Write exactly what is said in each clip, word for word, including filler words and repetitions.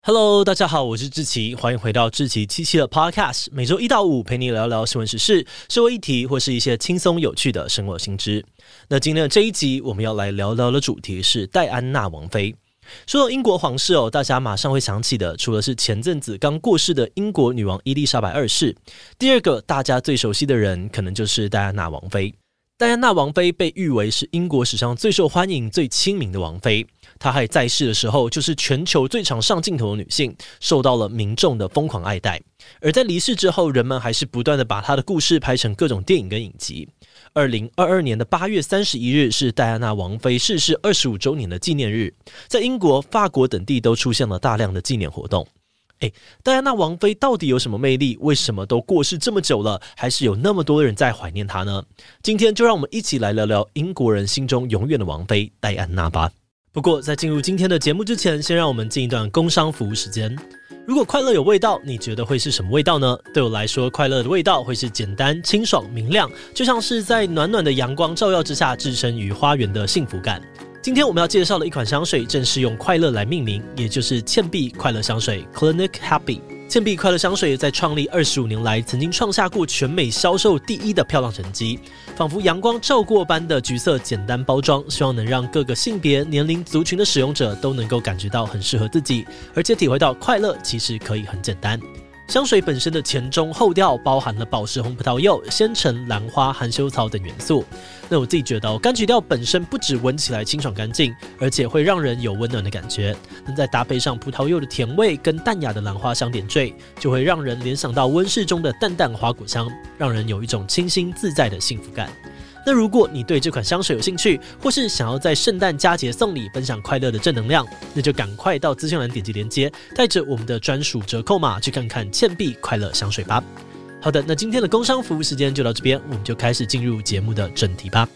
Hello， 大家好，我是志祺，欢迎回到志祺七七的 Podcast， 每周一到五陪你聊聊新闻时事、社会议题或是一些轻松有趣的生活新知。那今天的这一集我们要来聊聊的主题是戴安娜王妃。说到英国皇室哦，大家马上会想起的，除了是前阵子刚过世的英国女王伊丽莎白二世，第二个大家最熟悉的人，可能就是戴安娜王妃。戴安娜王妃被誉为是英国史上最受欢迎、最亲民的王妃。她还在世的时候，就是全球最常上镜头的女性，受到了民众的疯狂爱戴。而在离世之后，人们还是不断的把她的故事拍成各种电影跟影集。二零二二年的八月三十一日是戴安娜王妃逝世二十五周年的纪念日，在英国、法国等地都出现了大量的纪念活动。诶，戴安娜王妃到底有什么魅力？为什么都过世这么久了，还是有那么多人在怀念她呢？今天就让我们一起来聊聊英国人心中永远的王妃戴安娜吧。不过在进入今天的节目之前，先让我们进一段工商服务时间。如果快乐有味道，你觉得会是什么味道呢？对我来说，快乐的味道会是简单、清爽、明亮，就像是在暖暖的阳光照耀之下置身于花园的幸福感。今天我们要介绍的一款香水正是用快乐来命名，也就是倩碧快乐香水 Clinic Happy。 倩碧快乐香水在创立二十五年来，曾经创下过全美销售第一的漂亮成绩，仿佛阳光照过般的橘色简单包装，希望能让各个性别、年龄、族群的使用者都能够感觉到很适合自己，而且体会到快乐其实可以很简单。香水本身的前中后调包含了宝石红葡萄柚、鲜橙、兰花、含羞草等元素。那我自己觉得、哦、柑橘调本身不只闻起来清爽干净，而且会让人有温暖的感觉。那再搭配上葡萄柚的甜味跟淡雅的兰花香点缀，就会让人联想到温室中的淡淡花果香，让人有一种清新自在的幸福感。那如果你对这款香水有兴趣，或是想要在圣诞佳节送礼，分享快乐的正能量，那就赶快到资讯栏点击连结，带着我们的专属折扣码去看看倩碧快乐香水吧。好的，那今天的工商服务时间就到这边，我们就开始进入节目的正题吧。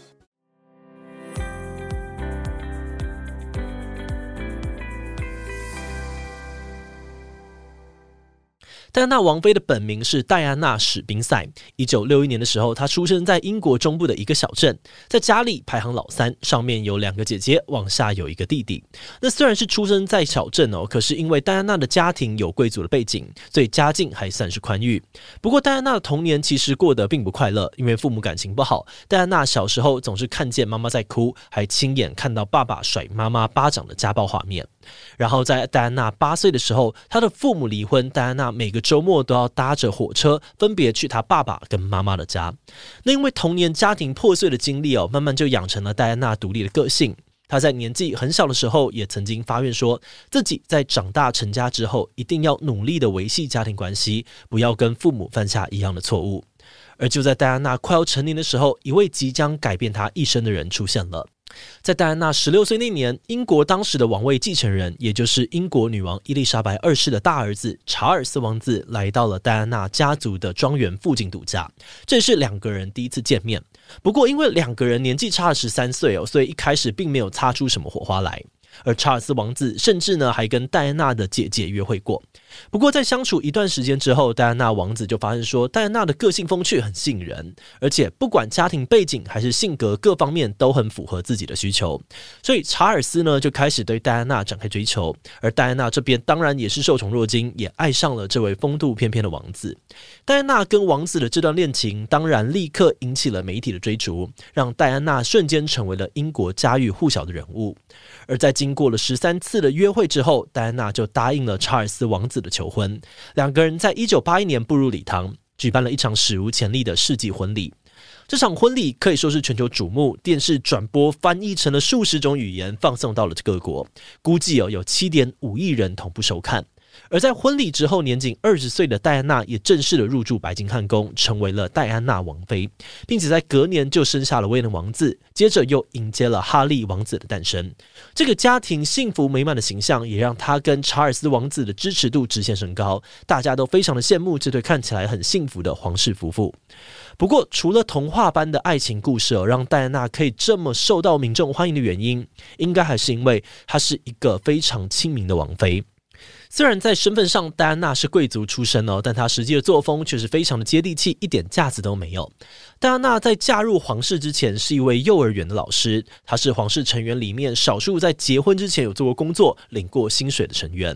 戴安娜王妃的本名是戴安娜史宾塞。一九六一年的时候，她出生在英国中部的一个小镇，在家里排行老三，上面有两个姐姐，往下有一个弟弟。那虽然是出生在小镇哦，可是因为戴安娜的家庭有贵族的背景，所以家境还算是宽裕。不过戴安娜的童年其实过得并不快乐，因为父母感情不好。戴安娜小时候总是看见妈妈在哭，还亲眼看到爸爸甩妈妈巴掌的家暴画面。然后在戴安娜八岁的时候，她的父母离婚，戴安娜每个周末都要搭着火车分别去她爸爸跟妈妈的家。那因为童年家庭破碎的经历哦，慢慢就养成了戴安娜独立的个性。她在年纪很小的时候也曾经发愿说，自己在长大成家之后一定要努力的维系家庭关系，不要跟父母犯下一样的错误。而就在戴安娜快要成年的时候，一位即将改变她一生的人出现了。在戴安娜十六岁那年，英国当时的王位继承人，也就是英国女王伊丽莎白二世的大儿子查尔斯王子，来到了戴安娜家族的庄园附近度假。这是两个人第一次见面。不过因为两个人年纪差了十三岁哦，所以一开始并没有擦出什么火花来。而查尔斯王子甚至呢还跟戴安娜的姐姐约会过。不过在相处一段时间之后，戴安娜王子就发现说，戴安娜的个性风趣很吸引人，而且不管家庭背景还是性格各方面都很符合自己的需求。所以查尔斯呢就开始对戴安娜展开追求，而戴安娜这边当然也是受宠若惊，也爱上了这位风度翩翩的王子。戴安娜跟王子的这段恋情当然立刻引起了媒体的追逐，让戴安娜瞬间成为了英国家喻户晓的人物。而在经过了十三次的约会之后，戴安娜就答应了查尔斯王子的求婚。两个人在一九八一年步入礼堂，举办了一场史无前例的世纪婚礼。这场婚礼可以说是全球瞩目，电视转播翻译成了数十种语言，放送到了各国，估计、哦、有 七点五亿人同步收看。而在婚礼之后，年仅二十岁的戴安娜也正式的入住白金汉宫，成为了戴安娜王妃，并且在隔年就生下了威廉王子，接着又迎接了哈利王子的诞生。这个家庭幸福美满的形象也让她跟查尔斯王子的支持度直线升高，大家都非常的羡慕这对看起来很幸福的皇室夫妇。不过除了童话般的爱情故事、哦、让戴安娜可以这么受到民众欢迎的原因，应该还是因为她是一个非常亲民的王妃。虽然在身份上戴安娜是贵族出身哦，但她实际的作风却是非常的接地气，一点架子都没有。戴安娜在嫁入皇室之前是一位幼儿园的老师，她是皇室成员里面少数在结婚之前有做过工作、领过薪水的成员。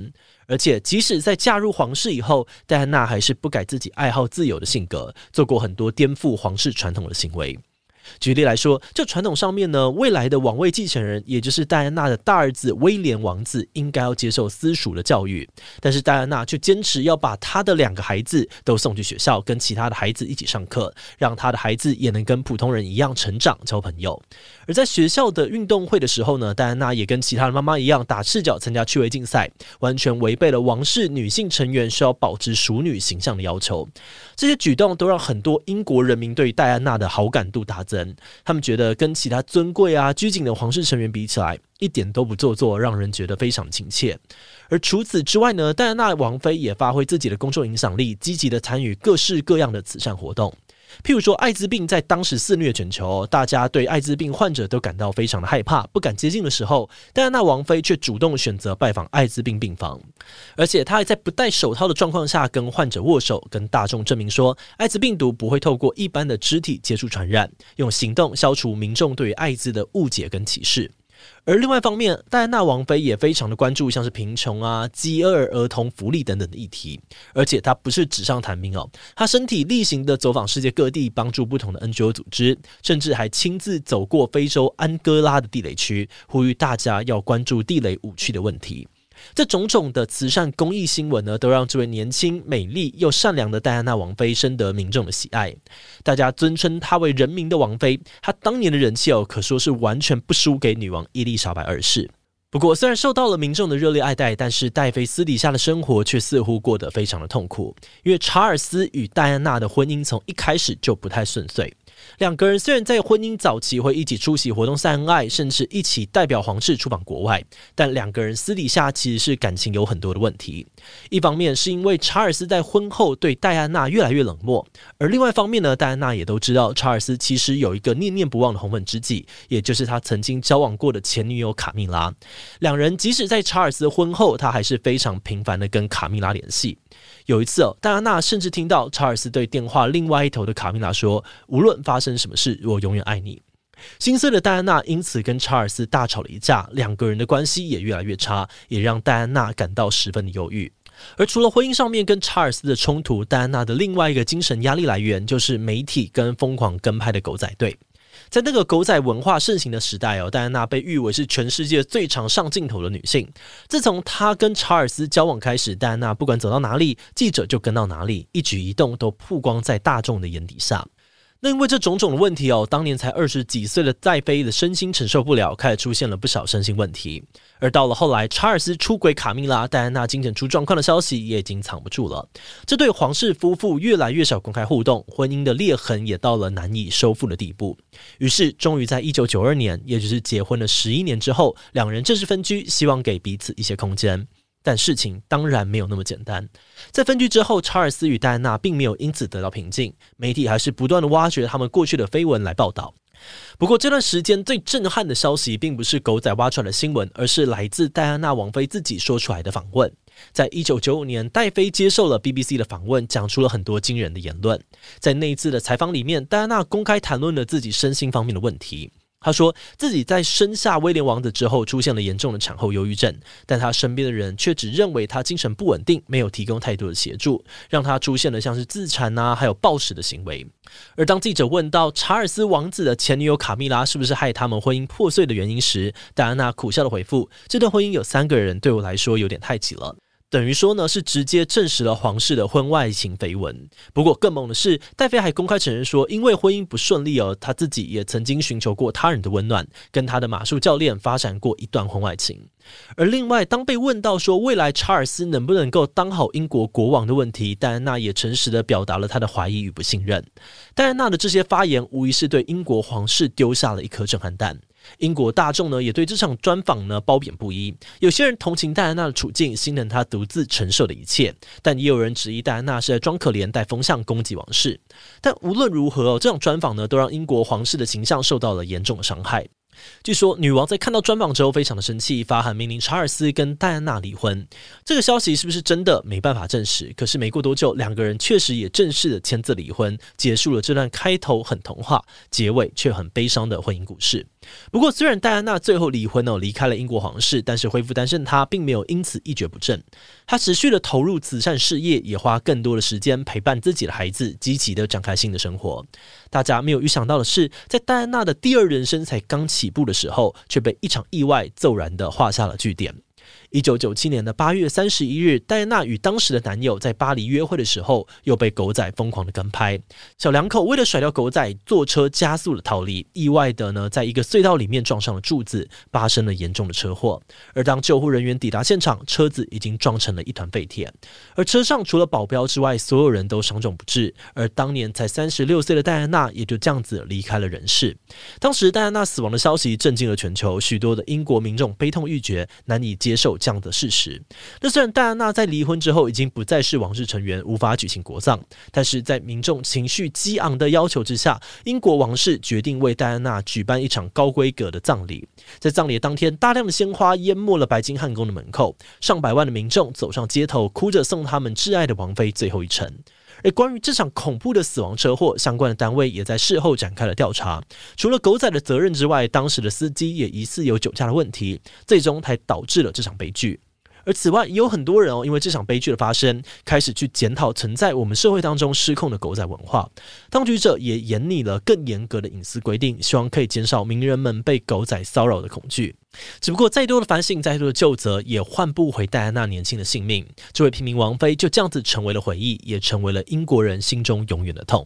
而且即使在嫁入皇室以后，戴安娜还是不改自己爱好自由的性格，做过很多颠覆皇室传统的行为。举例来说，就传统上面呢，未来的王位继承人，也就是戴安娜的大儿子威廉王子，应该要接受私塾的教育，但是戴安娜却坚持要把她的两个孩子都送去学校，跟其他的孩子一起上课，让她的孩子也能跟普通人一样成长、交朋友。而在学校的运动会的时候呢，戴安娜也跟其他的妈妈一样，打赤脚参加趣味竞赛，完全违背了王室女性成员需要保持淑女形象的要求。这些举动都让很多英国人民对戴安娜的好感度大增。他们觉得跟其他尊贵啊拘谨的皇室成员比起来，一点都不做作，让人觉得非常亲切。而除此之外呢，戴安娜王妃也发挥自己的公众影响力，积极的参与各式各样的慈善活动。譬如说艾滋病在当时肆虐全球，大家对艾滋病患者都感到非常的害怕，不敢接近的时候，戴安娜王妃却主动选择拜访艾滋病病房，而且她还在不戴手套的状况下跟患者握手，跟大众证明说艾滋病毒不会透过一般的肢体接触传染，用行动消除民众对于艾滋的误解跟歧视。而另外一方面，戴安娜王妃也非常的关注像是贫穷啊、饥饿儿童福利等等的议题，而且她不是纸上谈兵哦，她身体力行的走访世界各地，帮助不同的 N G O 组织，甚至还亲自走过非洲安哥拉的地雷区，呼吁大家要关注地雷武器的问题。这种种的慈善公益新闻呢，都让这位年轻、美丽又善良的戴安娜王妃深得民众的喜爱。大家尊称她为人民的王妃，她当年的人气哦，可说是完全不输给女王伊丽莎白二世。不过，虽然受到了民众的热烈爱戴，但是戴妃私底下的生活却似乎过得非常的痛苦，因为查尔斯与戴安娜的婚姻从一开始就不太顺遂。两个人虽然在婚姻早期会一起出席活动晒恩爱，甚至一起代表皇室出访国外，但两个人私底下其实是感情有很多的问题。一方面是因为查尔斯在婚后对戴安娜越来越冷漠，而另外一方面呢，戴安娜也都知道查尔斯其实有一个念念不忘的红粉知己，也就是他曾经交往过的前女友卡蜜拉。两人即使在查尔斯婚后，他还是非常频繁的跟卡蜜拉联系。有一次哦，戴安娜甚至听到查尔斯对电话另外一头的卡蜜拉说，无论发生什么事，我永远爱你。心碎的戴安娜因此跟查尔斯大吵了一架，两个人的关系也越来越差，也让戴安娜感到十分的忧郁。而除了婚姻上面跟查尔斯的冲突，戴安娜的另外一个精神压力来源就是媒体跟疯狂跟拍的狗仔队。在那个狗仔文化盛行的时代哦，戴安娜被誉为是全世界最常上镜头的女性。自从她跟查尔斯交往开始，戴安娜不管走到哪里，记者就跟到哪里，一举一动都曝光在大众的眼底下。那因为这种种的问题哦，当年才二十几岁的戴妃的身心承受不了，开始出现了不少身心问题。而到了后来，查尔斯出轨卡蜜拉，戴安娜精神出状况的消息也已经藏不住了。这对皇室夫妇越来越少公开互动，婚姻的裂痕也到了难以修复的地步。于是，终于在一九九二年，也就是结婚了十一年之后，两人正式分居，希望给彼此一些空间。但事情当然没有那么简单。在分居之后，查尔斯与戴安娜并没有因此得到平静，媒体还是不断的挖掘他们过去的绯闻来报道。不过这段时间最震撼的消息并不是狗仔挖出来的新闻，而是来自戴安娜王妃自己说出来的访问。在一九九五年，戴妃接受了 B B C 的访问，讲出了很多惊人的言论。在那一次的采访里面，戴安娜公开谈论了自己身心方面的问题。他说自己在生下威廉王子之后出现了严重的产后忧郁症，但他身边的人却只认为他精神不稳定，没有提供太多的协助，让他出现了像是自残啊还有暴食的行为。而当记者问到查尔斯王子的前女友卡蜜拉是不是害他们婚姻破碎的原因时，戴安娜苦笑的回复，这段婚姻有三个人，对我来说有点太挤了。等于说呢，是直接证实了皇室的婚外情绯闻。不过更猛的是，戴妃还公开承认说，因为婚姻不顺利哦，她自己也曾经寻求过他人的温暖，跟她的马术教练发展过一段婚外情。而另外，当被问到说未来查尔斯能不能够当好英国国王的问题，戴安娜也诚实的表达了她的怀疑与不信任。戴安娜的这些发言，无疑是对英国皇室丢下了一颗震撼弹。英国大众呢，也对这场专访呢褒贬不一。有些人同情戴安娜的处境，心疼她独自承受的一切，但也有人质疑戴安娜是在装可怜，带风向攻击王室。但无论如何、哦、这场专访呢，都让英国皇室的形象受到了严重的伤害。 据说女王在看到专访之后非常的生气，发函命令查尔斯跟戴安娜离婚。这个消息是不是真的没办法证实，可是没过多久，两个人确实也正式的签字离婚，结束了这段开头很童话，结尾却很悲伤的婚姻故事。不过虽然戴安娜最后离婚哦，离开了英国皇室，但是恢复单身她并没有因此一蹶不振，她持续的投入慈善事业，也花更多的时间陪伴自己的孩子，积极的展开新的生活。大家没有预想到的是，在戴安娜的第二人生才刚起步的时候，却被一场意外骤然的画下了句点。一九九七年的八月三十一日，戴安娜与当时的男友在巴黎约会的时候，又被狗仔疯狂的跟拍。小两口为了甩掉狗仔，坐车加速的逃离，意外的呢，在一个隧道里面撞上了柱子，发生了严重的车祸。而当救护人员抵达现场，车子已经撞成了一团废铁。而车上除了保镖之外，所有人都伤重不治。而当年才三十六岁的戴安娜也就这样子离开了人世。当时戴安娜死亡的消息震惊了全球，许多的英国民众悲痛欲绝，难以接受这样的事实。那虽然戴安娜在离婚之后已经不再是王室成员，无法举行国葬，但是在民众情绪激昂的要求之下，英国王室决定为戴安娜举办一场高规格的葬礼。在葬礼的当天，大量的鲜花淹没了白金汉宫的门口，上百万的民众走上街头，哭着送他们挚爱的王妃最后一程。而关于这场恐怖的死亡车祸，相关的单位也在事后展开了调查。除了狗仔的责任之外，当时的司机也疑似有酒驾的问题，最终才导致了这场悲剧。而此外，也有很多人哦，因为这场悲剧的发生，开始去检讨存在我们社会当中失控的狗仔文化。当局者也严拟了更严格的隐私规定，希望可以减少名人们被狗仔骚扰的恐惧。只不过再多的反省，再多的究责，也换不回戴安娜年轻的性命。这位平民王妃就这样子成为了回忆，也成为了英国人心中永远的痛。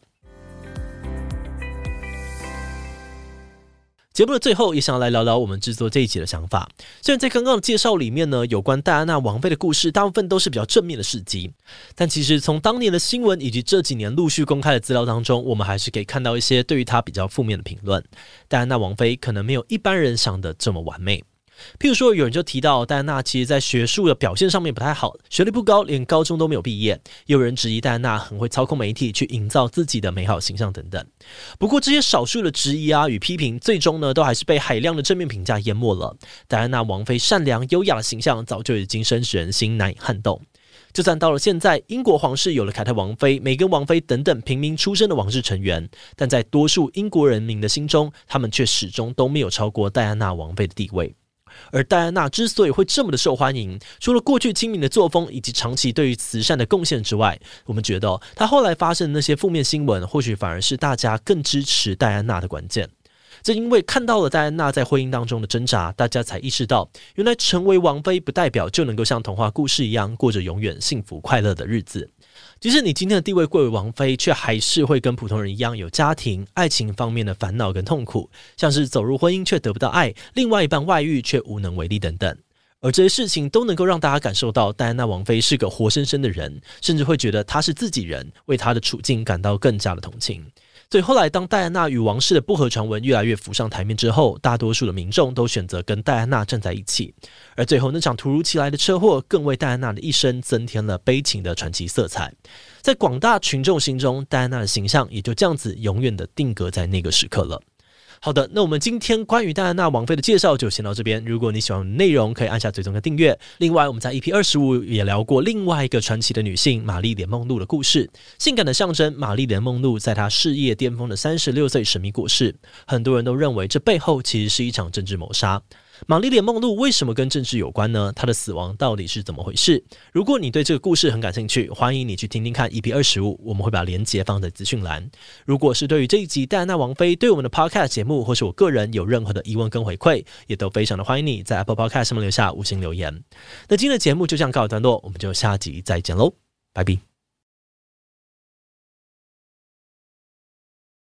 节目的最后也想要来聊聊我们制作这一集的想法。虽然在刚刚的介绍里面呢，有关戴安娜王妃的故事大部分都是比较正面的事迹，但其实从当年的新闻以及这几年陆续公开的资料当中，我们还是可以看到一些对于她比较负面的评论。戴安娜王妃可能没有一般人想的这么完美。譬如说，有人就提到戴安娜其实在学术的表现上面不太好，学历不高，连高中都没有毕业。也有人质疑戴安娜很会操控媒体，去营造自己的美好形象等等。不过这些少数的质疑啊与批评，最终呢都还是被海量的正面评价淹没了。戴安娜王妃善良优雅的形象早就已经深植人心，难以撼动。就算到了现在，英国皇室有了凯特王妃、梅根王妃等等平民出身的王室成员，但在多数英国人民的心中，他们却始终都没有超过戴安娜王妃的地位。而戴安娜之所以会这么的受欢迎，除了过去亲民的作风以及长期对于慈善的贡献之外，我们觉得、哦、她后来发生的那些负面新闻，或许反而是大家更支持戴安娜的关键。正因为看到了戴安娜在婚姻当中的挣扎，大家才意识到，原来成为王妃不代表就能够像童话故事一样过着永远幸福快乐的日子。即使你今天的地位贵为王妃，却还是会跟普通人一样有家庭、爱情方面的烦恼跟痛苦，像是走入婚姻却得不到爱，另外一半外遇却无能为力等等。而这些事情都能够让大家感受到戴安娜王妃是个活生生的人，甚至会觉得她是自己人，为她的处境感到更加的同情。所以后来当戴安娜与王室的不合传闻越来越浮上台面之后，大多数的民众都选择跟戴安娜站在一起。而最后那场突如其来的车祸更为戴安娜的一生增添了悲情的传奇色彩。在广大群众心中，戴安娜的形象也就这样子永远的定格在那个时刻了。好的，那我们今天关于戴安娜王妃的介绍就先到这边。如果你喜欢内容，可以按下追踪跟订阅。另外，我们在 E P 二十五 也聊过另外一个传奇的女性玛丽莲梦露的故事。性感的象征玛丽莲梦露在她事业巅峰的三十六岁神秘过世，很多人都认为这背后其实是一场政治谋杀。玛丽莲梦露为什么跟政治有关呢？她的死亡到底是怎么回事？如果你对这个故事很感兴趣，欢迎你去听听看 E P 二十五， 我们会把连结放在资讯栏。如果是对于这一集戴安娜王妃对我们的 Podcast 节目或是我个人有任何的疑问跟回馈，也都非常的欢迎你在 Apple Podcast 上面留下五星留言。那今天的节目就这样告一段落，我们就下集再见喽，拜拜。